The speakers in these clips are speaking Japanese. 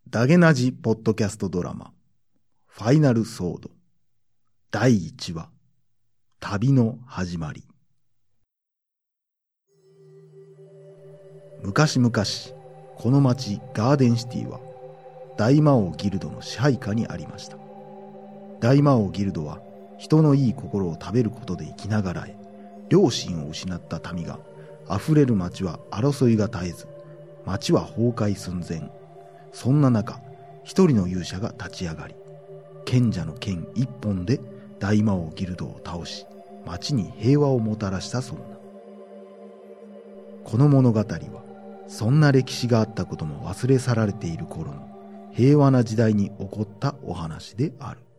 ダゲナジポッドキャストドラマファイナルソード第1話旅の始まり。昔々この町ガーデンシティは大魔王ギルドの支配下にありました。大魔王ギルドは人のいい心を食べることで生きながらえ、良心を失った民が溢れる町は争いが絶えず、町は崩壊寸前。そんな中、一人の勇者が立ち上がり、賢者の剣一本で大魔王ギルドを倒し、町に平和をもたらしたそうな。この物語は、そんな歴史があったことも忘れ去られている頃の平和な時代に起こったお話である。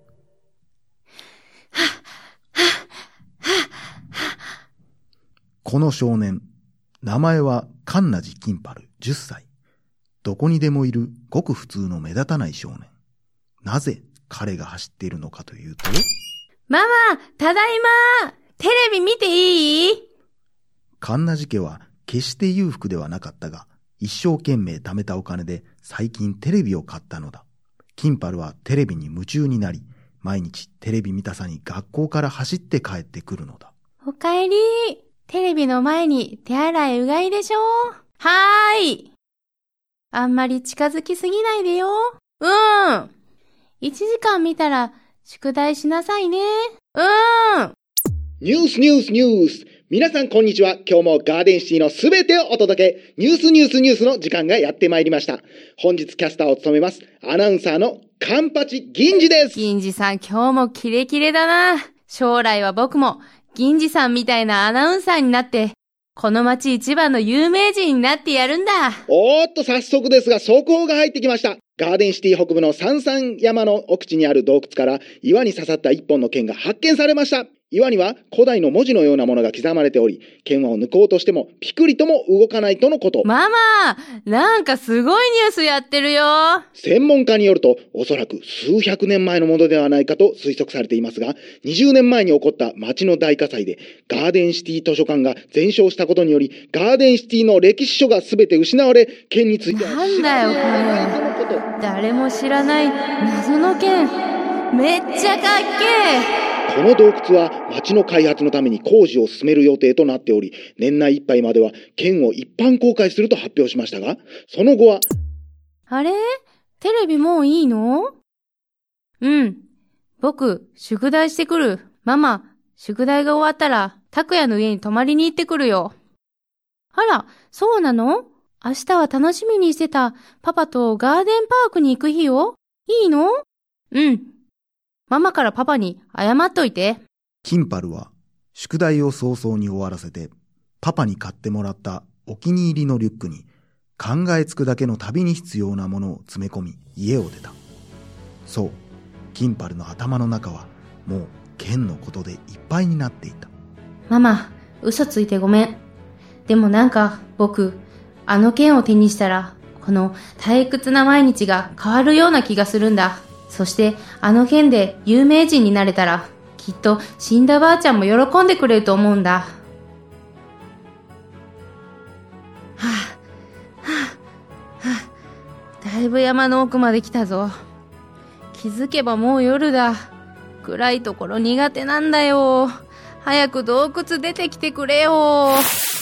この少年、名前はカンナジ・キンパル10歳。どこにでもいるごく普通の目立たない少年。なぜ彼が走っているのかというと、 ママ、ただいま。テレビ見ていい？ カンナジ家は決して裕福ではなかったが、一生懸命貯めたお金で最近テレビを買ったのだ。キンパルはテレビに夢中になり、毎日テレビ見たさに学校から走って帰ってくるのだ。 おかえり。テレビの前に手洗いうがいでしょ？はーい。あんまり近づきすぎないでよ。1時間見たら宿題しなさいね。 ニュース。皆さんこんにちは。今日もガーデンシティのすべてをお届け、ニュースの時間がやってまいりました。本日キャスターを務めます、アナウンサーのカンパチ銀次です。 銀次さん、今日もキレキレだな。将来は僕も銀次さんみたいなアナウンサーになって、この町一番の有名人になってやるんだ。 おーっと、早速ですが速報が入ってきました。ガーデンシティ北部の三々山の奥地にある洞窟から岩に刺さった一本の剣が発見されました。岩には古代の文字のようなものが刻まれており、剣を抜こうとしてもピクリとも動かないとのこと。 ママ、なんかすごいニュースやってるよ。 専門家によると、おそらく数百年前のものではないかと推測されていますが、20年前に起こった町の大火災でガーデンシティ図書館が全焼したことにより、ガーデンシティの歴史書が全て失われ、剣についてはなんだよこれ。誰も知らない謎の剣。めっちゃかっけー。 この洞窟は町の開発のために工事を進める予定となっており、年内いっぱいまでは剣を一般公開すると発表しましたが、その後は。 あれ？テレビもういいの？僕、宿題してくる。ママ、宿題が終わったら、拓也の家に泊まりに行ってくるよ。あら、そうなの？明日は楽しみにしてたパパとガーデンパークに行く日よ。いいの？ママからパパに謝っといて。 キンパルは宿題を早々に終わらせて、パパに買ってもらったお気に入りのリュックに考えつくだけの旅に必要なものを詰め込み家を出た。そう、キンパルの頭の中はもう剣のことでいっぱいになっていた。 ママ、嘘ついてごめん。でもなんか僕、あの剣を手にしたらこの退屈な毎日が変わるような気がするんだ。そしてあの剣で有名人になれたらきっと死んだばあちゃんも喜んでくれると思うんだ。だいぶ山の奥まで来たぞ。気づけばもう夜だ。暗いところ苦手なんだよ。早く洞窟出てきてくれよ。うわ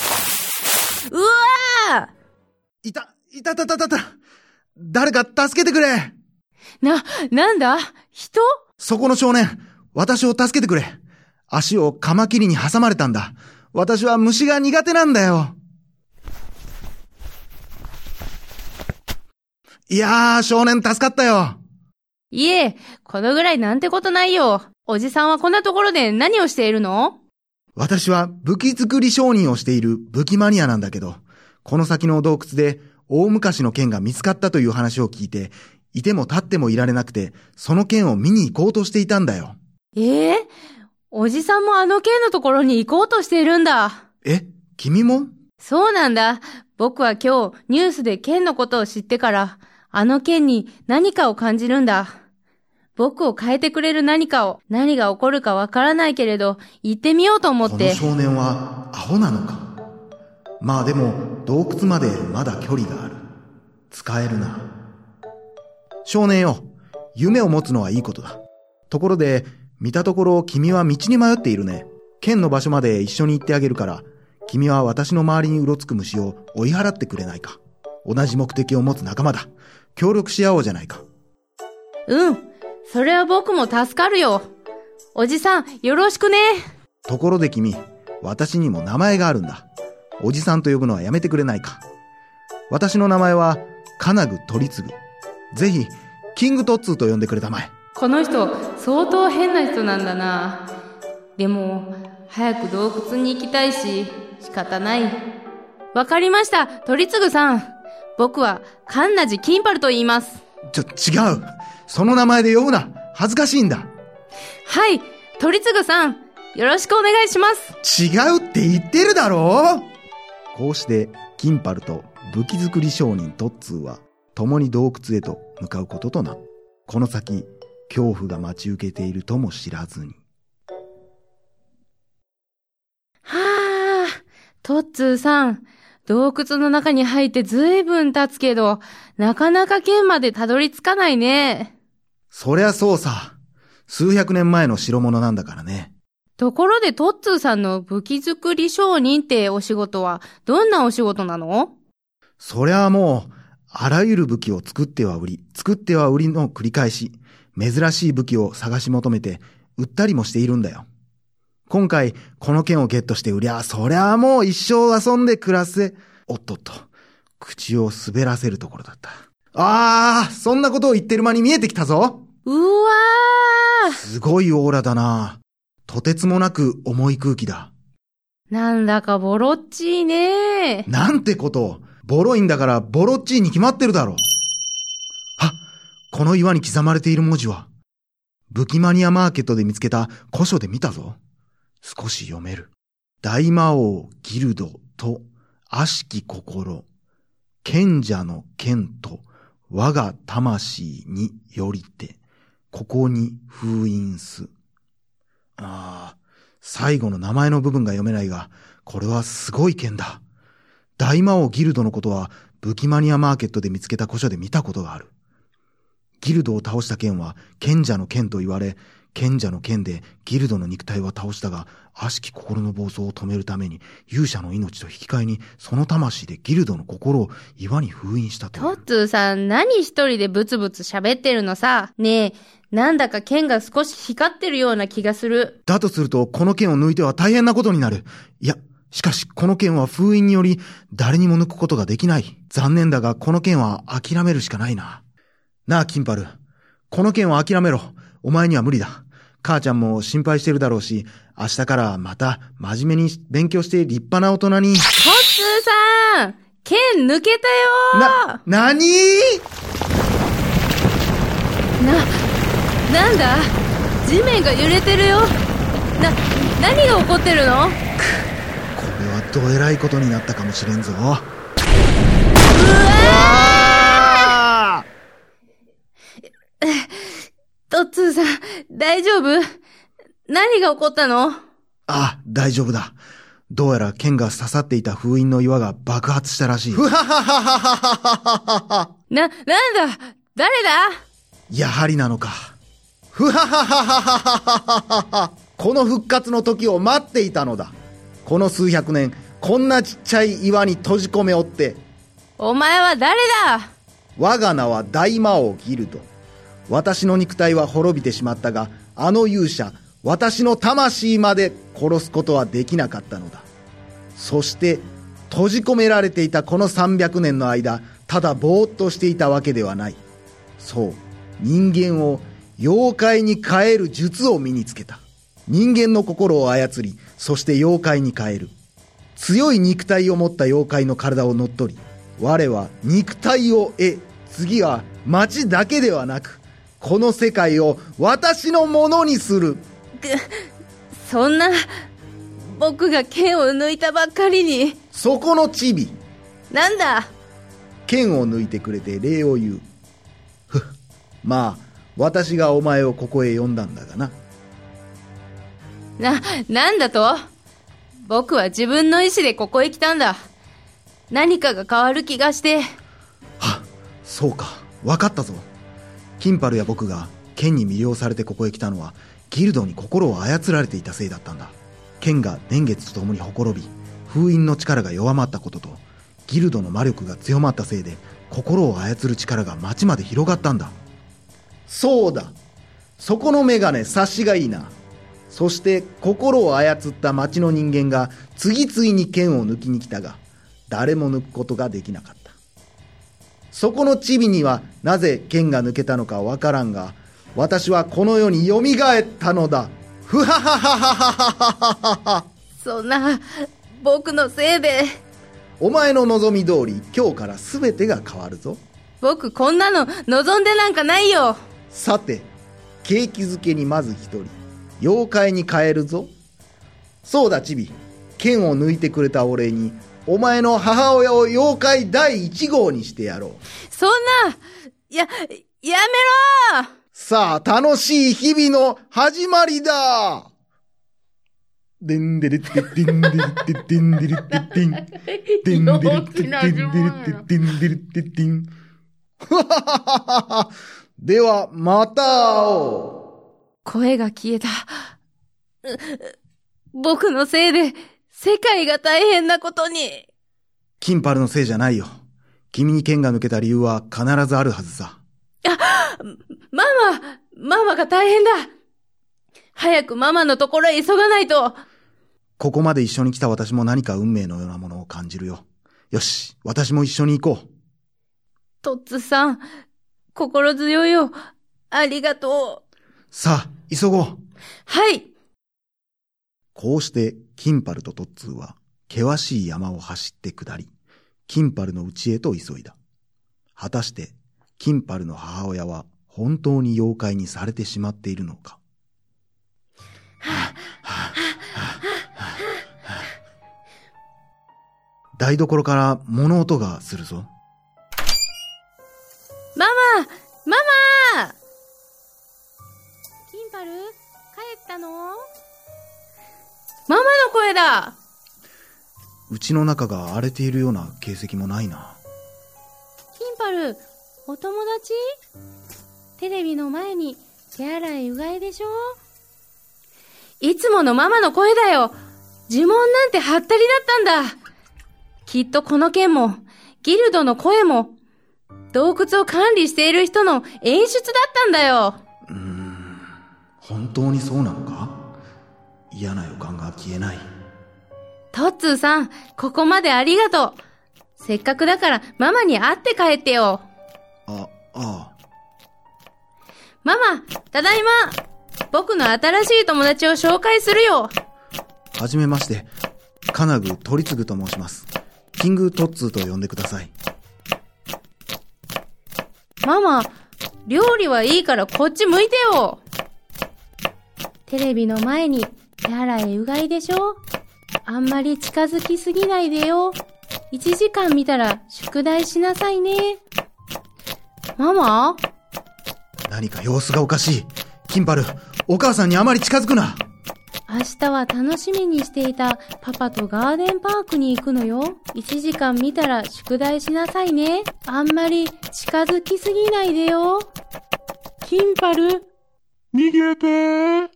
ー！ いた誰か助けてくれ。 なんだ？人？ そこの少年、私を助けてくれ。足をカマキリに挟まれたんだ。私は虫が苦手なんだよ。いやー、少年助かったよ。 いえ、このぐらいなんてことないよ。おじさんはこんなところで何をしているの？ 私は武器作り商人をしている武器マニアなんだけど、この先の洞窟で大昔の剣が見つかったという話を聞いて、いても立ってもいられなくて、その剣を見に行こうとしていたんだよ。 おじさんもあの剣のところに行こうとしているんだ。 君も？ そうなんだ。僕は今日ニュースで剣のことを知ってから、あの剣に何かを感じるんだ。僕を変えてくれる何が起こるかわからないけれど、行ってみようと思って。 この少年はアホなのか。まあでも洞窟までまだ距離がある。使えるな。 少年よ、夢を持つのはいいことだ。ところで、見たところ君は道に迷っているね。剣の場所まで一緒に行ってあげるから、君は私の周りにうろつく虫を追い払ってくれないか。同じ目的を持つ仲間だ。協力し合おうじゃないか。 うん。それは僕も助かるよ。おじさん、よろしくね。 ところで君、私にも名前があるんだ。おじさんと呼ぶのはやめてくれないか。私の名前は、金具取次。ぜひ、キングトッツーと呼んでくれたまえ。 この人、相当変な人なんだな。でも、早く洞窟に行きたいし、仕方ない。わかりました、取次さん。僕は、カンナジ・キンパルと言います。 違う。その名前で呼ぶな。恥ずかしいんだ。 はい、取次さん、よろしくお願いします。 違うって言ってるだろう。こうして、キンパルと武器作り商人トッツーは、共に洞窟へと向かうこととなった。この先、恐怖が待ち受けているとも知らずに。 はあ、トッツーさん、洞窟の中に入ってずいぶん経つけど、なかなか剣までたどり着かないね。 そりゃそうさ。数百年前の代物なんだからね。 ところでトッツーさんの武器作り商人ってお仕事はどんなお仕事なの？ そりゃもう、あらゆる武器を作っては売り、作っては売りの繰り返し、珍しい武器を探し求めて、売ったりもしているんだよ。今回、この剣をゲットして売りゃ、そりゃもう一生遊んで暮らせ。おっとっと、口を滑らせるところだった。そんなことを言ってる間に見えてきたぞ。 うわー。 すごいオーラだな。とてつもなく重い空気だ。 なんだかボロっちいね。 なんてこと。ボロいんだからボロっちいに決まってるだろう。この岩に刻まれている文字は、武器マニアマーケットで見つけた古書で見たぞ。少し読める。大魔王ギルドと悪しき心、賢者の剣と我が魂によりて、ここに封印す。最後の名前の部分が読めないが、これはすごい剣だ。大魔王ギルドのことは武器マニアマーケットで見つけた古書で見たことがある。ギルドを倒した剣は賢者の剣と言われ、賢者の剣でギルドの肉体は倒したが、悪しき心の暴走を止めるために勇者の命と引き換えにその魂でギルドの心を岩に封印したと。 トッツーさん、何一人でブツブツ喋ってるのさ。ねえ、なんだか剣が少し光ってるような気がする。 だとするとこの剣を抜いては大変なことになる。いや、しかしこの剣は封印により誰にも抜くことができない。残念だがこの剣は諦めるしかないな。なあキンパル、この件は諦めろ。お前には無理だ。母ちゃんも心配してるだろうし、明日からまた真面目に勉強して立派な大人に。 トッツーさん、剣抜けたよ。 なに？ なんだ？地面が揺れてるよ。何が起こってるの？ これはどえらいことになったかもしれんぞ。 トッツーさん、大丈夫？何が起こったの？ 大丈夫だ。どうやら剣が刺さっていた封印の岩が爆発したらしい。 なんだ？誰だ？ やはりなのか。この復活の時を待っていたのだ。この数百年、こんなちっちゃい岩に閉じ込めおって。 お前は誰だ？ 我が名は大魔王ギルド。私の肉体は滅びてしまったが、あの勇者、私の魂まで殺すことはできなかったのだ。そして閉じ込められていたこの300年の間、ただぼーっとしていたわけではない。そう、人間を妖怪に変える術を身につけた。人間の心を操り、そして妖怪に変える。強い肉体を持った妖怪の体を乗っ取り、我は肉体を得、次は町だけではなく、この世界を私のものにする。 そんな、僕が剣を抜いたばっかりに。 そこのチビ。 なんだ？ 剣を抜いてくれて礼を言う。まあ、私がお前をここへ呼んだんだがな。 なんだと？僕は自分の意志でここへ来たんだ。何かが変わる気がして。 そうか、わかったぞ。 キンパルや僕が剣に魅了されてここへ来たのは、ギルドに心を操られていたせいだったんだ。剣が年月とともにほころび、封印の力が弱まったことと、ギルドの魔力が強まったせいで、心を操る力が町まで広がったんだ。そうだ、そこのメガネ察しがいいな。そして心を操った町の人間が次々に剣を抜きに来たが、誰も抜くことができなかった。そこのチビにはなぜ剣が抜けたのかわからんが、私はこの世によみがえったのだ。ふははははははは。 そんな、僕のせいで。 お前の望み通り今日から全てが変わるぞ。 僕こんなの望んでなんかないよ。 さて、景気づけにまず一人、妖怪に変えるぞ。そうだチビ、剣を抜いてくれたお礼に、お前の母親を妖怪第1号にしてやろう。 そんな、やめろ。 さあ、楽しい日々の始まりだ。でんでれってでんでれってでんでれってでん。でんでれってでんでれってでんでれってでん。では、また会おう。 声が消えた。僕のせいで世界が大変なことに。 キンパルのせいじゃないよ。君に剣が抜けた理由は必ずあるはずさ。 ママが大変だ。早くママのところへ急がないと。 ここまで一緒に来た私も何か運命のようなものを感じるよ。よし、私も一緒に行こう。 トッツーさん、心強いよ。ありがとう。 さあ、急ごう。 はい。 こうしてキンパルとトッツーは険しい山を走って下り、キンパルの家へと急いだ。果たしてキンパルの母親は本当に妖怪にされてしまっているのか。台所から物音がするぞ。 ママキンパル、帰ったの？ママの声だ。 うちの中が荒れているような形跡もないな。 キンパル、お友達？テレビの前に手洗いうがいでしょ？いつものママの声だよ。呪文なんてハッタリだったんだ。きっとこの剣も、ギルドの声も、洞窟を管理している人の演出だったんだよ。 本当にそうなのか？嫌な予感が消えない。 トッツーさん、ここまでありがとう。せっかくだからママに会って帰ってよ。 ああ。 ママ、ただいま。僕の新しい友達を紹介するよ。 はじめまして。金具鳥次と申します。キングトッツーと呼んでください。 ママ、料理はいいからこっち向いてよ。テレビの前に手洗いうがいでしょ？あんまり近づきすぎないでよ。1時間見たら宿題しなさいね。ママ？ 何か様子がおかしい。キンパル、お母さんにあまり近づくな。 明日は楽しみにしていたパパとガーデンパークに行くのよ。1時間見たら宿題しなさいね。あんまり近づきすぎないでよ。キンパル、 逃げてー。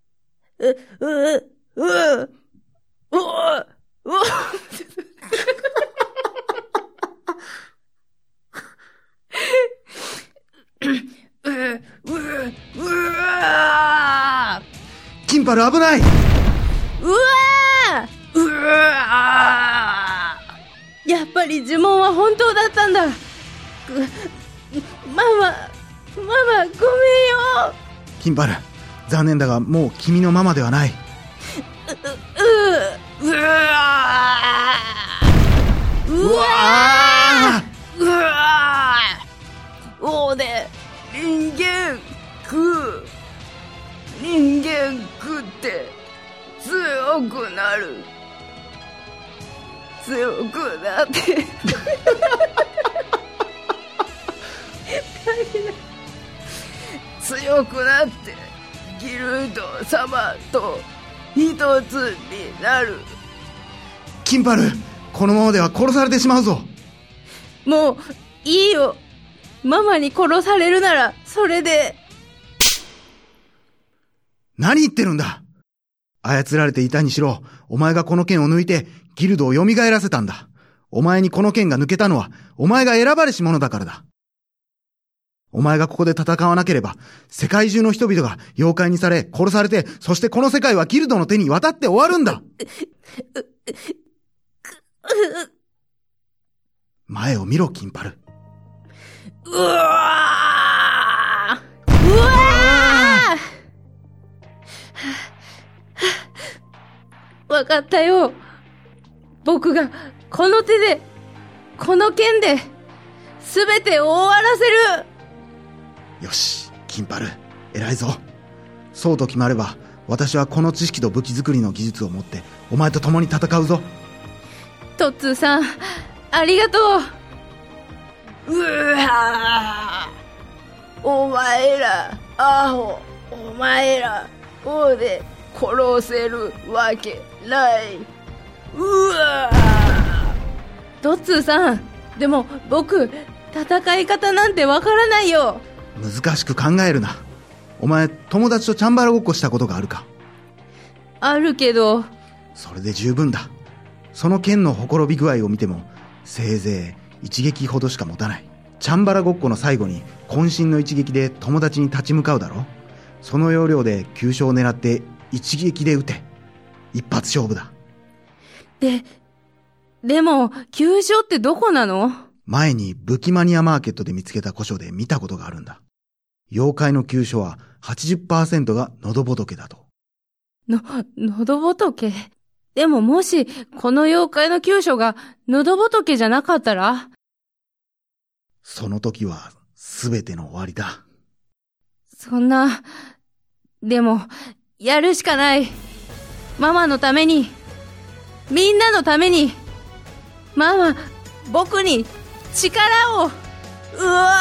キンパル危ない。 やっぱり呪文は本当だったんだ。ママ、ごめんよ。 キンパル、残念だがもう君のママではない。 王で人間食って強くなる。強くなって強くなってギルド様と一つになる。 キンパル、このままでは殺されてしまうぞ。 もういいよ。 ママに殺されるなら、それで。 何言ってるんだ。操られていたにしろ、お前がこの剣を抜いてギルドを蘇らせたんだ。お前にこの剣が抜けたのは、お前が選ばれし者だからだ。お前がここで戦わなければ、世界中の人々が妖怪にされ、殺されて、そしてこの世界はギルドの手に渡って終わるんだ。前を見ろ、キンパル。 うわー！うわー！わかったよ。僕がこの手で、この剣で、すべてを終わらせる。 よし、キンパル、偉いぞ。そうと決まれば、私はこの知識と武器作りの技術を持って、お前と共に戦うぞ。 トッツーさん、ありがとう。うわー！お前ら、アホ、お前ら、こうで殺せるわけない。うわー！トッツーさん、でも僕、戦い方なんてわからないよ。 難しく考えるな。お前、友達とチャンバラごっこしたことがあるか？ あるけど。 それで十分だ。その剣のほころび具合を見ても、せいぜい一撃ほどしか持たない。チャンバラごっこの最後に渾身の一撃で友達に立ち向かうだろ。その要領で急所を狙って一撃で撃て。一発勝負だ。 でも、急所ってどこなの？ 前に武器マニアマーケットで見つけた古書で見たことがあるんだ。妖怪の急所は 80% が喉仏だと。 喉仏？でももし、この妖怪の急所が喉仏じゃなかったら？ その時は全ての終わりだ。 そんな、でも、やるしかない。ママのために、みんなのために、ママ、僕に力を、うわ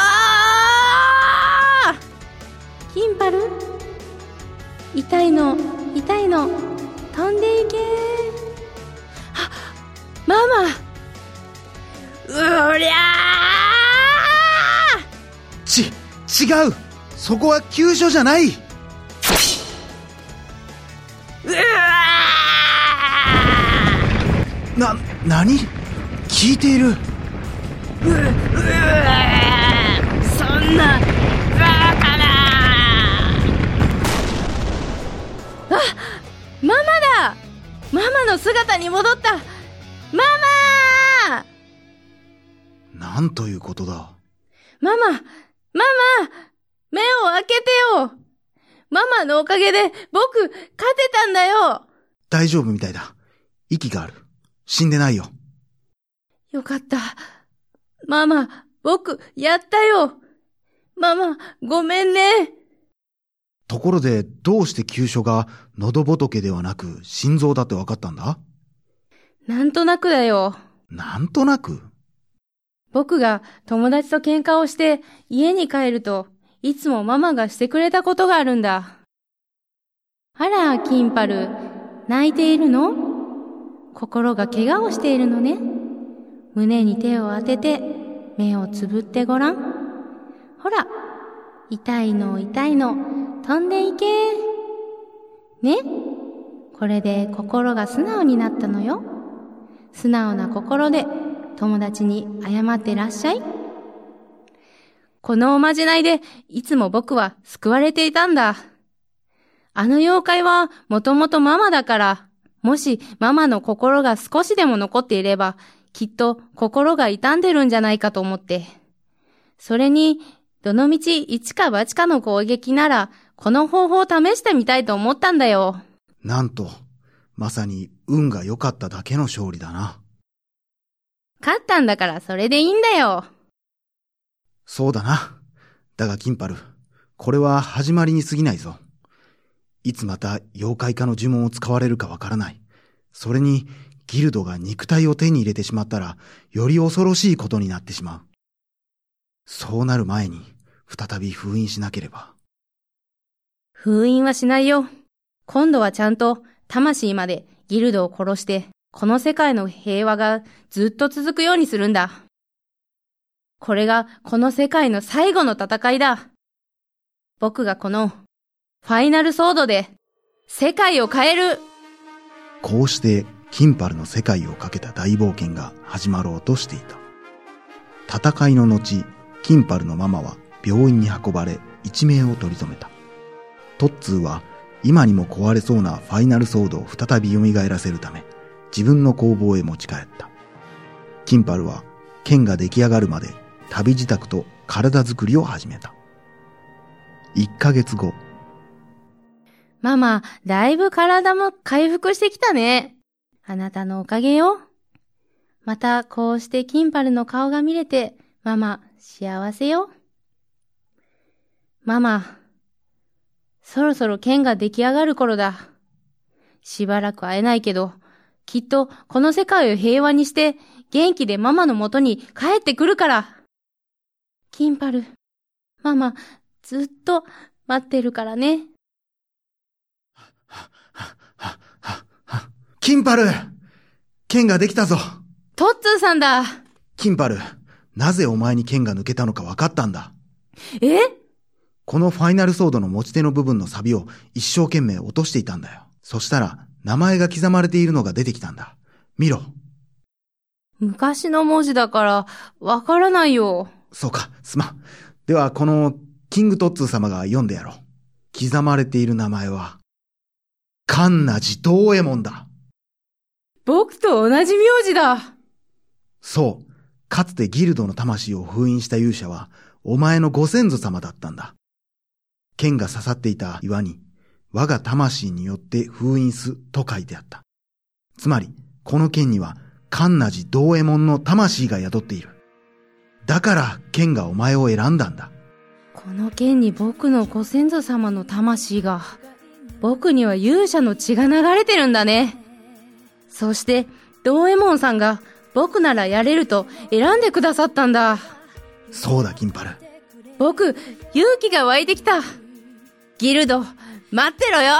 ー！キンパル？痛いの、飛んでいけー。あ、ママ！うりゃー！違う！そこは急所じゃない！何？聞いている。 そんなバカな。あ、ママだ。ママの姿に戻った。ママ！ なんということだ。 ママ、目を開けてよ。ママのおかげで僕勝てたんだよ。 大丈夫みたいだ。息がある。死んでないよ。 よかった。ママ、僕やったよ。ママ、ごめんね。 ところで、どうして急所が喉仏ではなく心臓だって分かったんだ？ なんとなくだよ。 なんとなく？ 僕が友達と喧嘩をして家に帰ると、いつもママがしてくれたことがあるんだ。あら、キンパル、泣いているの？心が怪我をしているのね。胸に手を当てて、目をつぶってごらん。ほら、痛いの、飛んでいけ。ね？これで心が素直になったのよ。素直な心で友達に謝ってらっしゃい。このおまじないでいつも僕は救われていたんだ。あの妖怪はもともとママだから、もしママの心が少しでも残っていれば、きっと心が痛んでるんじゃないかと思って。それに、どのみち一か八かの攻撃なら、この方法を試してみたいと思ったんだよ。 なんと、まさに運が良かっただけの勝利だな。 勝ったんだからそれでいいんだよ。 そうだな。だがキンパル、これは始まりに過ぎないぞ。いつまた妖怪化の呪文を使われるかわからない。それに、ギルドが肉体を手に入れてしまったら、より恐ろしいことになってしまう。そうなる前に、再び封印しなければ。 封印はしないよ。今度はちゃんと、魂までギルドを殺して、この世界の平和がずっと続くようにするんだ。 これがこの世界の最後の戦いだ。僕がこのファイナルソードで世界を変える。 こうしてキンパルの世界をかけた大冒険が始まろうとしていた。戦いの後、キンパルのママは病院に運ばれ一命を取り留めた。トッツーは今にも壊れそうなファイナルソードを再び蘇らせるため自分の工房へ持ち帰った。キンパルは剣が出来上がるまで旅支度と体作りを始めた。1ヶ月後。 ママ、だいぶ体も回復してきたね。あなたのおかげよ。またこうしてキンパルの顔が見れて、ママ、幸せよ。ママ、そろそろ剣が出来上がる頃だ。しばらく会えないけど、きっとこの世界を平和にして元気でママの元に帰ってくるから。キンパル、ママ、ずっと待ってるからね。 キンパル！剣ができたぞ。 トッツーさんだ。 キンパル、なぜお前に剣が抜けたのか分かったんだ。 え？ このファイナルソードの持ち手の部分の錆を一生懸命落としていたんだよ。そしたら名前が刻まれているのが出てきたんだ。見ろ。 昔の文字だから分からないよ。 そうか、すまん。ではこのキングトッツー様が読んでやろう。刻まれている名前はカンナジ東右衛門だ。 僕と同じ名字だ。 そう。かつてギルドの魂を封印した勇者はお前のご先祖様だったんだ。剣が刺さっていた岩に我が魂によって封印すと書いてあった。つまりこの剣にはカンナジ東右衛門の魂が宿っている。だから剣がお前を選んだんだ。 この剣に僕のご先祖様の魂が。僕には勇者の血が流れてるんだね。そして東右衛門さんが僕ならやれると選んでくださったんだ。 そうだキンパル。 僕、勇気が湧いてきた。ギルド、待ってろよ。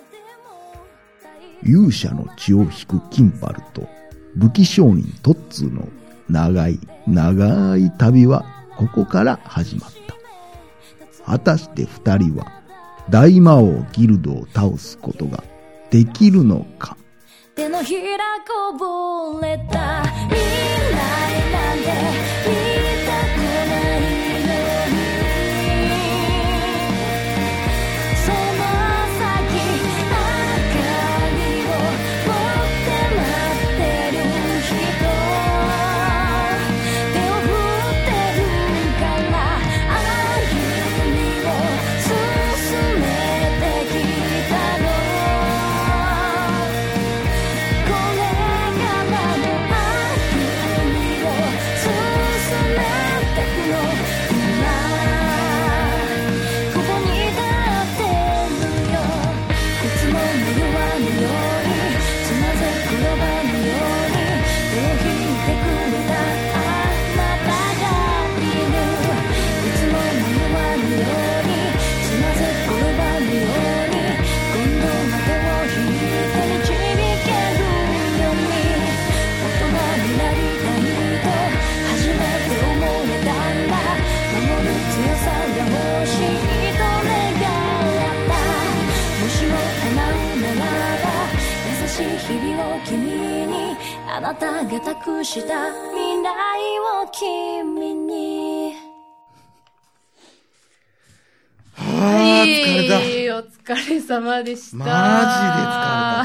勇者の血を引くキンパルと武器商人トッツーの長い長い旅はここから始まった。果たして二人は大魔王ギルドを倒すことができるのか。 手のひらこぼれた未来なんて見たくないのに、その先明かりを持って待ってる人、手を振ってるから歩みを進めてきたの。あなたが託した未来を君に。 疲れた。 お疲れ様でした。 マジで疲れた。